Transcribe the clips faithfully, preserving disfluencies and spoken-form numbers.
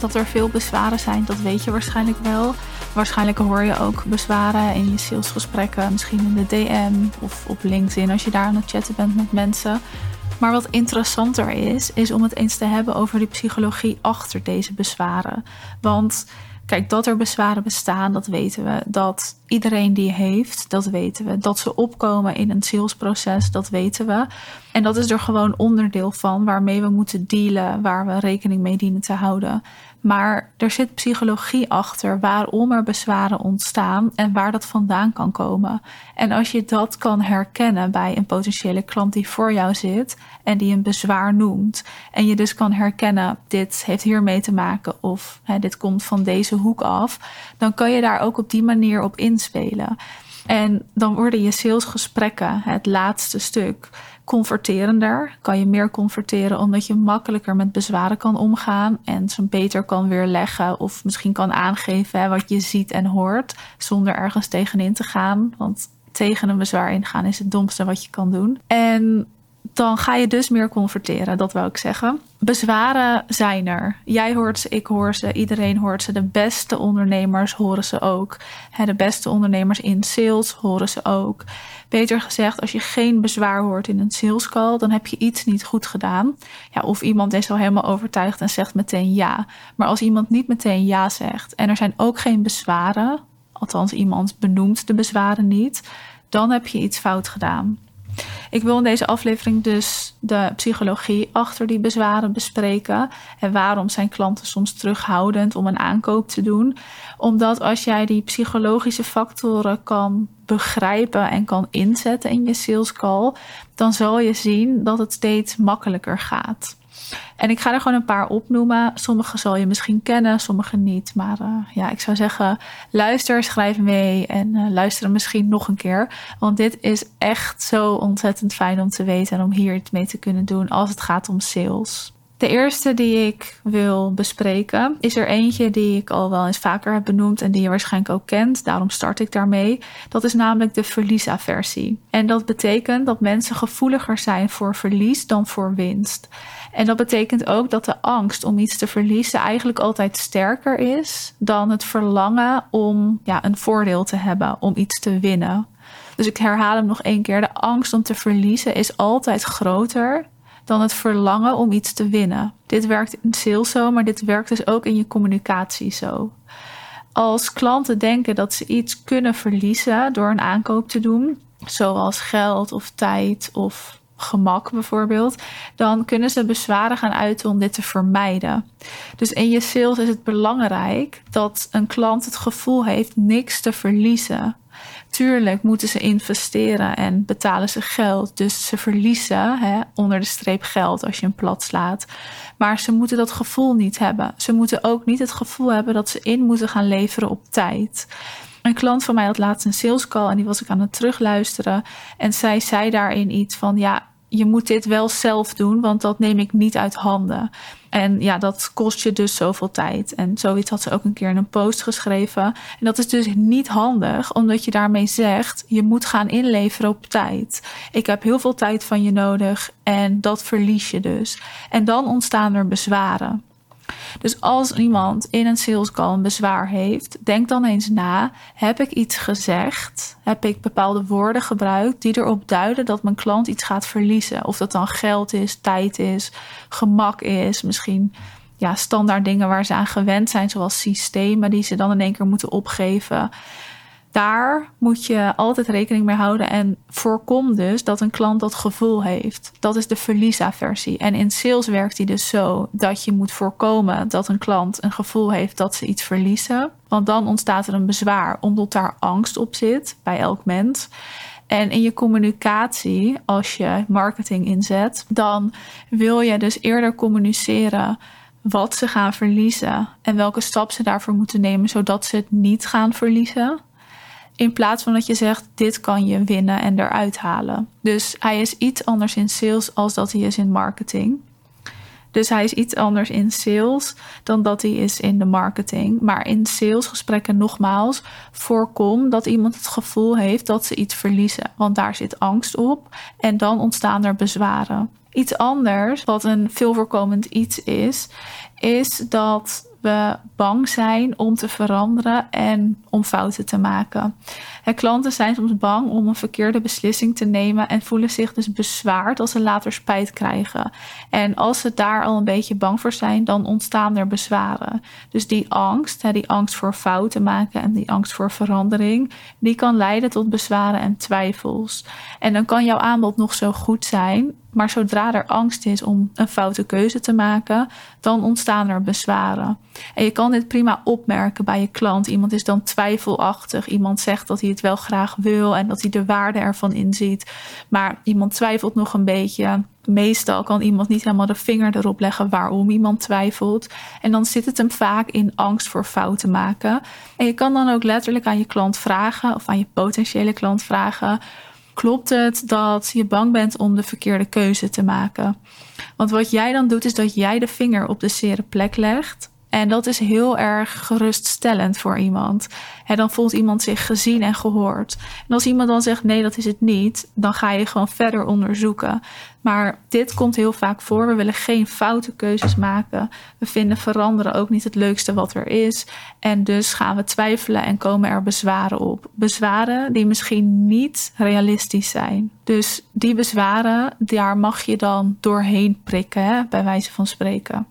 dat er veel bezwaren zijn, dat weet je waarschijnlijk wel. Waarschijnlijk hoor je ook bezwaren in je salesgesprekken, misschien in de D M of op LinkedIn als je daar aan het chatten bent met mensen. Maar wat interessanter is, is om het eens te hebben over de psychologie achter deze bezwaren. Want kijk, dat er bezwaren bestaan, dat weten we. Dat iedereen die heeft, dat weten we. Dat ze opkomen in een salesproces, dat weten we. En dat is er gewoon onderdeel van waarmee we moeten dealen, waar we rekening mee dienen te houden. Maar er zit psychologie achter waarom er bezwaren ontstaan en waar dat vandaan kan komen. En als je dat kan herkennen bij een potentiële klant die voor jou zit en die een bezwaar noemt. En je dus kan herkennen, dit heeft hiermee te maken of hè, dit komt van deze hoek af. Dan kan je daar ook op die manier op inspelen. En dan worden je salesgesprekken, het laatste stuk, converterender. Kan je meer converteren omdat je makkelijker met bezwaren kan omgaan en ze beter kan weerleggen of misschien kan aangeven hè, wat je ziet en hoort zonder ergens tegenin te gaan. Want tegen een bezwaar ingaan is het domste wat je kan doen. En dan ga je dus meer converteren, dat wou ik zeggen. Bezwaren zijn er. Jij hoort ze, ik hoor ze, iedereen hoort ze. De beste ondernemers horen ze ook. De beste ondernemers in sales horen ze ook. Beter gezegd, als je geen bezwaar hoort in een salescall, dan heb je iets niet goed gedaan. Ja, of iemand is al helemaal overtuigd en zegt meteen ja. Maar als iemand niet meteen ja zegt en er zijn ook geen bezwaren, althans iemand benoemt de bezwaren niet, dan heb je iets fout gedaan. Ik wil in deze aflevering dus de psychologie achter die bezwaren bespreken. En waarom zijn klanten soms terughoudend om een aankoop te doen. Omdat als jij die psychologische factoren kan begrijpen en kan inzetten in je sales call, dan zal je zien dat het steeds makkelijker gaat. En ik ga er gewoon een paar opnoemen. Sommige zal je misschien kennen, sommige niet. Maar uh, ja, ik zou zeggen, luister, schrijf mee en uh, luister hem misschien nog een keer. Want dit is echt zo ontzettend fijn om te weten en om hier iets mee te kunnen doen als het gaat om sales. De eerste die ik wil bespreken is er eentje die ik al wel eens vaker heb benoemd en die je waarschijnlijk ook kent. Daarom start ik daarmee. Dat is namelijk de verliesaversie. En dat betekent dat mensen gevoeliger zijn voor verlies dan voor winst. En dat betekent ook dat de angst om iets te verliezen eigenlijk altijd sterker is dan het verlangen om ja, een voordeel te hebben, om iets te winnen. Dus ik herhaal hem nog één keer. De angst om te verliezen is altijd groter dan het verlangen om iets te winnen. Dit werkt in sales zo, maar dit werkt dus ook in je communicatie zo. Als klanten denken dat ze iets kunnen verliezen door een aankoop te doen, zoals geld of tijd of gemak bijvoorbeeld, dan kunnen ze bezwaren gaan uiten om dit te vermijden. Dus in je sales is het belangrijk dat een klant het gevoel heeft niks te verliezen. Tuurlijk moeten ze investeren en betalen ze geld. Dus ze verliezen hè, onder de streep geld als je hem plat slaat. Maar ze moeten dat gevoel niet hebben. Ze moeten ook niet het gevoel hebben dat ze in moeten gaan leveren op tijd. Een klant van mij had laatst een sales call en die was ik aan het terugluisteren. En zij zei daarin iets van, ja, je moet dit wel zelf doen, want dat neem ik niet uit handen. En ja, dat kost je dus zoveel tijd. En zoiets had ze ook een keer in een post geschreven. En dat is dus niet handig, omdat je daarmee zegt, je moet gaan inleveren op tijd. Ik heb heel veel tijd van je nodig en dat verlies je dus. En dan ontstaan er bezwaren. Dus als iemand in een sales call een bezwaar heeft, denk dan eens na, heb ik iets gezegd? Heb ik bepaalde woorden gebruikt die erop duiden dat mijn klant iets gaat verliezen? Of dat dan geld is, tijd is, gemak is, misschien ja, standaard dingen waar ze aan gewend zijn, zoals systemen die ze dan in één keer moeten opgeven. Daar moet je altijd rekening mee houden en voorkom dus dat een klant dat gevoel heeft. Dat is de verliesaversie. En in sales werkt die dus zo dat je moet voorkomen dat een klant een gevoel heeft dat ze iets verliezen. Want dan ontstaat er een bezwaar omdat daar angst op zit bij elk mens. En in je communicatie, als je marketing inzet, dan wil je dus eerder communiceren wat ze gaan verliezen en welke stap ze daarvoor moeten nemen zodat ze het niet gaan verliezen. In plaats van dat je zegt, dit kan je winnen en eruit halen. Dus hij is iets anders in sales als dat hij is in marketing. Dus hij is iets anders in sales dan dat hij is in de marketing. Maar in salesgesprekken nogmaals, voorkom dat iemand het gevoel heeft dat ze iets verliezen. Want daar zit angst op en dan ontstaan er bezwaren. Iets anders, wat een veel voorkomend iets is, is dat we bang zijn om te veranderen en om fouten te maken. En klanten zijn soms bang om een verkeerde beslissing te nemen en voelen zich dus bezwaard als ze later spijt krijgen. En als ze daar al een beetje bang voor zijn, dan ontstaan er bezwaren. Dus die angst, die angst voor fouten maken en die angst voor verandering, die kan leiden tot bezwaren en twijfels. En dan kan jouw aanbod nog zo goed zijn, maar zodra er angst is om een foute keuze te maken, dan ontstaan er bezwaren. En je kan dit prima opmerken bij je klant. Iemand is dan twijfelachtig. Iemand zegt dat hij het wel graag wil en dat hij de waarde ervan inziet. Maar iemand twijfelt nog een beetje. Meestal kan iemand niet helemaal de vinger erop leggen waarom iemand twijfelt. En dan zit het hem vaak in angst voor fouten maken. En je kan dan ook letterlijk aan je klant vragen, of aan je potentiële klant vragen: klopt het dat je bang bent om de verkeerde keuze te maken? Want wat jij dan doet, is dat jij de vinger op de zere plek legt. En dat is heel erg geruststellend voor iemand. En dan voelt iemand zich gezien en gehoord. En als iemand dan zegt nee, dat is het niet, dan ga je gewoon verder onderzoeken. Maar dit komt heel vaak voor. We willen geen foute keuzes maken. We vinden veranderen ook niet het leukste wat er is. En dus gaan we twijfelen en komen er bezwaren op. Bezwaren die misschien niet realistisch zijn. Dus die bezwaren, daar mag je dan doorheen prikken, hè, bij wijze van spreken.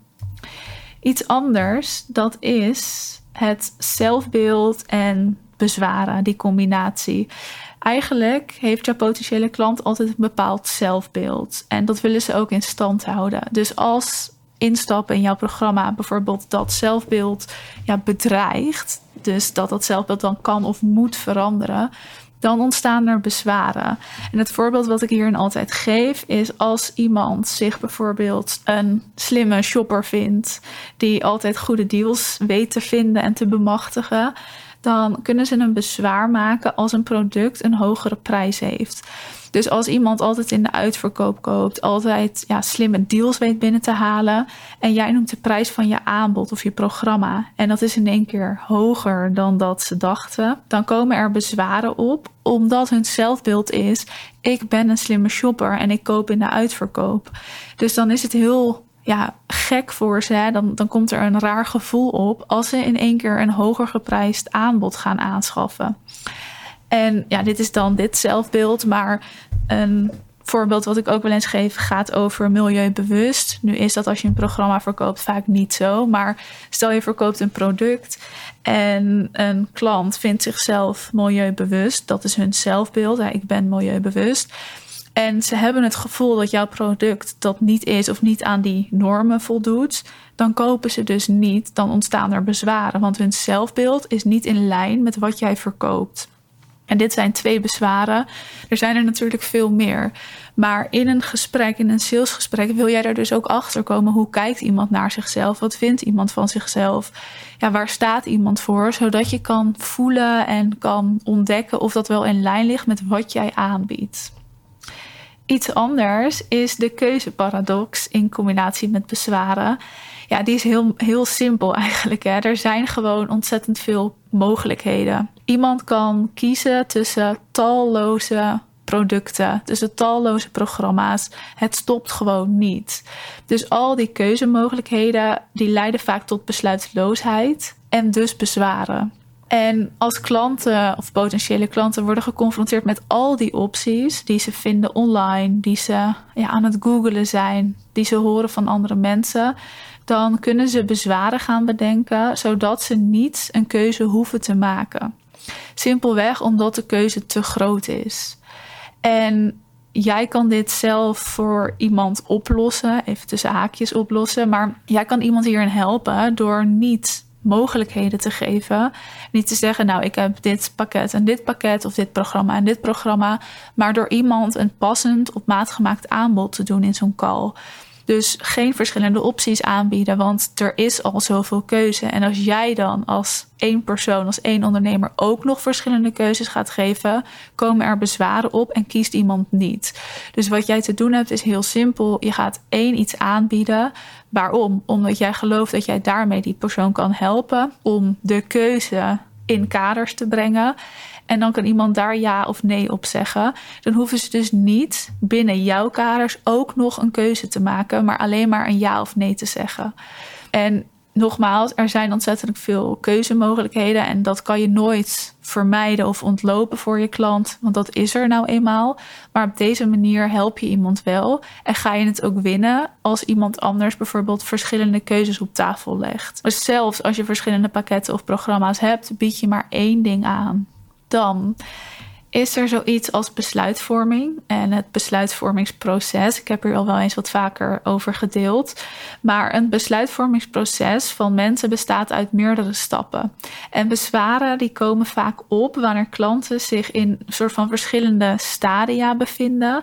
Iets anders, dat is het zelfbeeld en bezwaren, die combinatie. Eigenlijk heeft jouw potentiële klant altijd een bepaald zelfbeeld. En dat willen ze ook in stand houden. Dus als instappen in jouw programma bijvoorbeeld dat zelfbeeld ja, bedreigt, dus dat dat zelfbeeld dan kan of moet veranderen, dan ontstaan er bezwaren. En het voorbeeld wat ik hierin altijd geef is als iemand zich bijvoorbeeld een slimme shopper vindt, die altijd goede deals weet te vinden en te bemachtigen, dan kunnen ze een bezwaar maken als een product een hogere prijs heeft. Dus als iemand altijd in de uitverkoop koopt, altijd ja, slimme deals weet binnen te halen, en jij noemt de prijs van je aanbod of je programma en dat is in één keer hoger dan dat ze dachten, dan komen er bezwaren op, omdat hun zelfbeeld is: ik ben een slimme shopper en ik koop in de uitverkoop. Dus dan is het heel ja, gek voor ze. Hè? Dan, dan komt er een raar gevoel op als ze in één keer een hoger geprijsd aanbod gaan aanschaffen. En ja, dit is dan dit zelfbeeld, maar een voorbeeld wat ik ook wel eens geef gaat over milieubewust. Nu is dat als je een programma verkoopt vaak niet zo, maar stel je verkoopt een product en een klant vindt zichzelf milieubewust. Dat is hun zelfbeeld. Ja, ik ben milieubewust. En ze hebben het gevoel dat jouw product dat niet is of niet aan die normen voldoet, dan kopen ze dus niet. Dan ontstaan er bezwaren, want hun zelfbeeld is niet in lijn met wat jij verkoopt. En dit zijn twee bezwaren. Er zijn er natuurlijk veel meer. Maar in een gesprek, in een salesgesprek, wil jij er dus ook achter komen: hoe kijkt iemand naar zichzelf? Wat vindt iemand van zichzelf? Ja, waar staat iemand voor? Zodat je kan voelen en kan ontdekken of dat wel in lijn ligt met wat jij aanbiedt. Iets anders is de keuzeparadox in combinatie met bezwaren. Ja, die is heel, heel simpel eigenlijk. Hè. Er zijn gewoon ontzettend veel mogelijkheden. Iemand kan kiezen tussen talloze producten, tussen talloze programma's. Het stopt gewoon niet. Dus al die keuzemogelijkheden, die leiden vaak tot besluiteloosheid en dus bezwaren. En als klanten of potentiële klanten worden geconfronteerd met al die opties die ze vinden online, die ze ja, aan het googlen zijn, die ze horen van andere mensen, dan kunnen ze bezwaren gaan bedenken, zodat ze niet een keuze hoeven te maken. Simpelweg omdat de keuze te groot is. En jij kan dit zelf voor iemand oplossen, even tussen haakjes oplossen, maar jij kan iemand hierin helpen door niet mogelijkheden te geven. Niet te zeggen, nou, ik heb dit pakket en dit pakket of dit programma en dit programma, maar door iemand een passend op maat gemaakt aanbod te doen in zo'n call. Dus geen verschillende opties aanbieden, want er is al zoveel keuze. En als jij dan als één persoon, als één ondernemer ook nog verschillende keuzes gaat geven, komen er bezwaren op en kiest iemand niet. Dus wat jij te doen hebt is heel simpel. Je gaat één iets aanbieden. Waarom? Omdat jij gelooft dat jij daarmee die persoon kan helpen om de keuze in kaders te brengen. En dan kan iemand daar ja of nee op zeggen. Dan hoeven ze dus niet binnen jouw kaders ook nog een keuze te maken, maar alleen maar een ja of nee te zeggen. En nogmaals, er zijn ontzettend veel keuzemogelijkheden en dat kan je nooit vermijden of ontlopen voor je klant, want dat is er nou eenmaal. Maar op deze manier help je iemand wel en ga je het ook winnen als iemand anders bijvoorbeeld verschillende keuzes op tafel legt. Dus zelfs als je verschillende pakketten of programma's hebt, bied je maar één ding aan. Dan is er zoiets als besluitvorming en het besluitvormingsproces. Ik heb hier al wel eens wat vaker over gedeeld. Maar een besluitvormingsproces van mensen bestaat uit meerdere stappen. En bezwaren die komen vaak op wanneer klanten zich in een soort van verschillende stadia bevinden.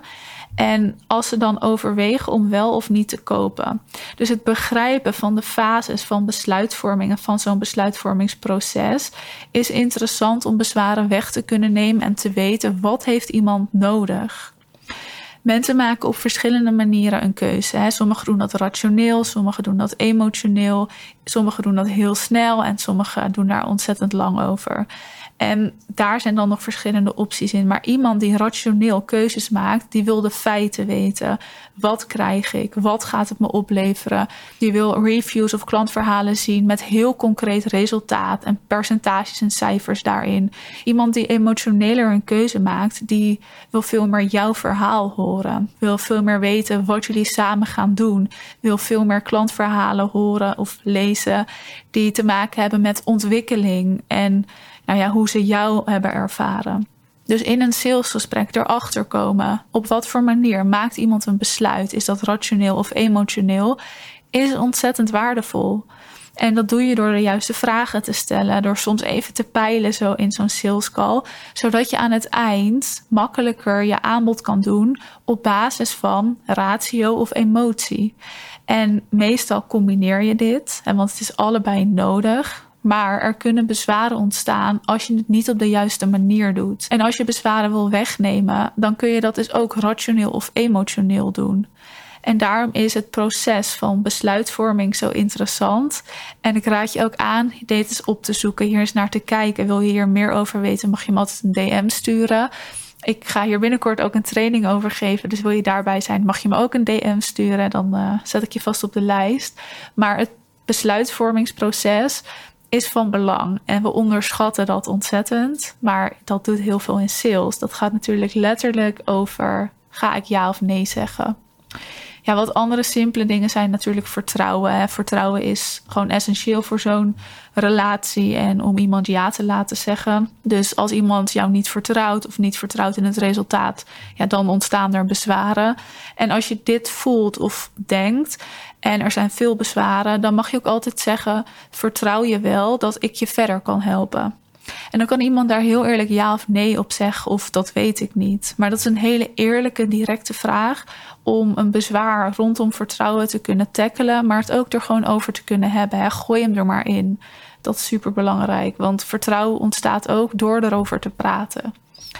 En als ze dan overwegen om wel of niet te kopen. Dus het begrijpen van de fases van besluitvorming en van zo'n besluitvormingsproces is interessant om bezwaren weg te kunnen nemen en te weten wat heeft iemand nodig. Mensen maken op verschillende manieren een keuze. Hè. Sommigen doen dat rationeel, sommigen doen dat emotioneel, sommigen doen dat heel snel en sommigen doen daar ontzettend lang over. En daar zijn dan nog verschillende opties in. Maar iemand die rationeel keuzes maakt, die wil de feiten weten. Wat krijg ik? Wat gaat het me opleveren? Die wil reviews of klantverhalen zien met heel concreet resultaat en percentages en cijfers daarin. Iemand die emotioneler een keuze maakt, die wil veel meer jouw verhaal horen. Wil veel meer weten wat jullie samen gaan doen. Wil veel meer klantverhalen horen of lezen die te maken hebben met ontwikkeling en nou ja, hoe ze jou hebben ervaren. Dus in een salesgesprek erachter komen, op wat voor manier maakt iemand een besluit? Is dat rationeel of emotioneel? Is ontzettend waardevol. En dat doe je door de juiste vragen te stellen, door soms even te peilen zo in zo'n salescall, zodat je aan het eind makkelijker je aanbod kan doen op basis van ratio of emotie. En meestal combineer je dit, want het is allebei nodig. Maar er kunnen bezwaren ontstaan als je het niet op de juiste manier doet. En als je bezwaren wil wegnemen, dan kun je dat dus ook rationeel of emotioneel doen. En daarom is het proces van besluitvorming zo interessant. En ik raad je ook aan dit eens op te zoeken, hier eens naar te kijken. Wil je hier meer over weten, mag je me altijd een D M sturen. Ik ga hier binnenkort ook een training over geven. Dus wil je daarbij zijn, mag je me ook een D M sturen. Dan uh, zet ik je vast op de lijst. Maar het besluitvormingsproces is van belang. En we onderschatten dat ontzettend. Maar dat doet heel veel in sales. Dat gaat natuurlijk letterlijk over, ga ik ja of nee zeggen? Ja, wat andere simpele dingen zijn natuurlijk vertrouwen. Hè. Vertrouwen is gewoon essentieel voor zo'n relatie en om iemand ja te laten zeggen. Dus als iemand jou niet vertrouwt of niet vertrouwt in het resultaat, ja, dan ontstaan er bezwaren. En als je dit voelt of denkt en er zijn veel bezwaren, dan mag je ook altijd zeggen, vertrouw je wel dat ik je verder kan helpen? En dan kan iemand daar heel eerlijk ja of nee op zeggen of dat weet ik niet. Maar dat is een hele eerlijke, directe vraag om een bezwaar rondom vertrouwen te kunnen tackelen, maar het ook er gewoon over te kunnen hebben. Hè. Gooi hem er maar in. Dat is super belangrijk, want vertrouwen ontstaat ook door erover te praten.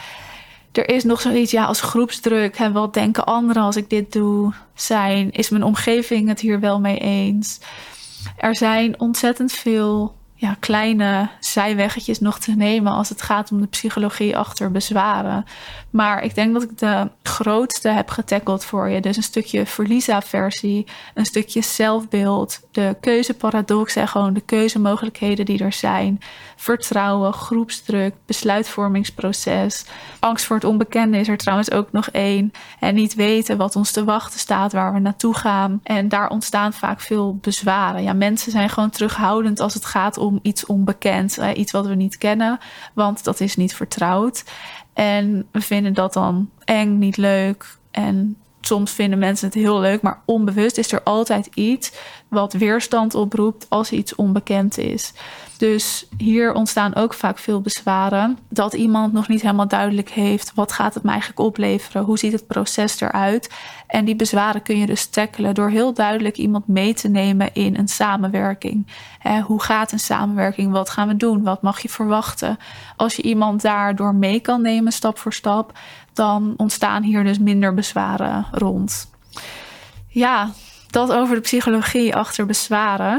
Er is nog zoiets ja, als groepsdruk. Hè. Wat denken anderen als ik dit doe? Zijn, is mijn omgeving het hier wel mee eens? Er zijn ontzettend veel ja, kleine zijweggetjes nog te nemen als het gaat om de psychologie achter bezwaren. Maar ik denk dat ik de grootste heb getackeld voor je. Dus een stukje verliesaversie, een stukje zelfbeeld, de keuzeparadox en gewoon de keuzemogelijkheden die er zijn. Vertrouwen, groepsdruk, besluitvormingsproces. Angst voor het onbekende is er trouwens ook nog één. En niet weten wat ons te wachten staat, waar we naartoe gaan. En daar ontstaan vaak veel bezwaren. Ja, mensen zijn gewoon terughoudend als het gaat om iets onbekend, iets wat we niet kennen, want dat is niet vertrouwd. En we vinden dat dan eng, niet leuk. En soms vinden mensen het heel leuk, maar onbewust is er altijd iets wat weerstand oproept als iets onbekend is. Dus hier ontstaan ook vaak veel bezwaren. Dat iemand nog niet helemaal duidelijk heeft, wat gaat het me eigenlijk opleveren? Hoe ziet het proces eruit? En die bezwaren kun je dus tackelen door heel duidelijk iemand mee te nemen in een samenwerking. Hè, hoe gaat een samenwerking? Wat gaan we doen? Wat mag je verwachten? Als je iemand daardoor mee kan nemen, stap voor stap, dan ontstaan hier dus minder bezwaren rond. Ja, dat over de psychologie achter bezwaren.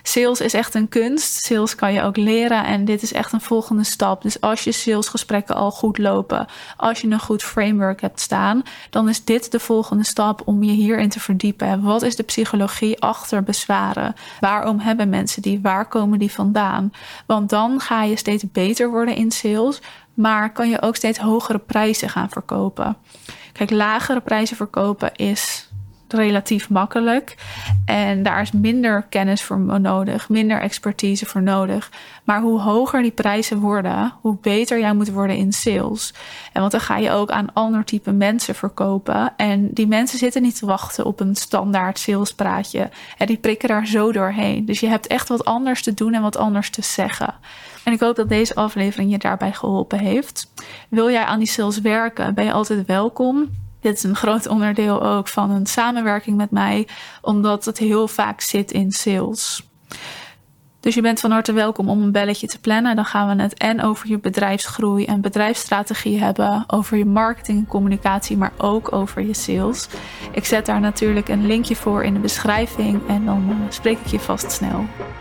Sales is echt een kunst. Sales kan je ook leren en dit is echt een volgende stap. Dus als je salesgesprekken al goed lopen, als je een goed framework hebt staan, dan is dit de volgende stap om je hierin te verdiepen. Wat is de psychologie achter bezwaren? Waarom hebben mensen die? Waar komen die vandaan? Want dan ga je steeds beter worden in sales, maar kan je ook steeds hogere prijzen gaan verkopen. Kijk, lagere prijzen verkopen is relatief makkelijk. En daar is minder kennis voor nodig, minder expertise voor nodig. Maar hoe hoger die prijzen worden, hoe beter jij moet worden in sales. En want dan ga je ook aan ander type mensen verkopen. En die mensen zitten niet te wachten op een standaard salespraatje. En die prikken daar zo doorheen. Dus je hebt echt wat anders te doen en wat anders te zeggen. En ik hoop dat deze aflevering je daarbij geholpen heeft. Wil jij aan die sales werken, ben je altijd welkom. Dit is een groot onderdeel ook van een samenwerking met mij, omdat het heel vaak zit in sales. Dus je bent van harte welkom om een belletje te plannen. Dan gaan we het en over je bedrijfsgroei en bedrijfsstrategie hebben, over je marketing en communicatie, maar ook over je sales. Ik zet daar natuurlijk een linkje voor in de beschrijving en dan spreek ik je vast snel.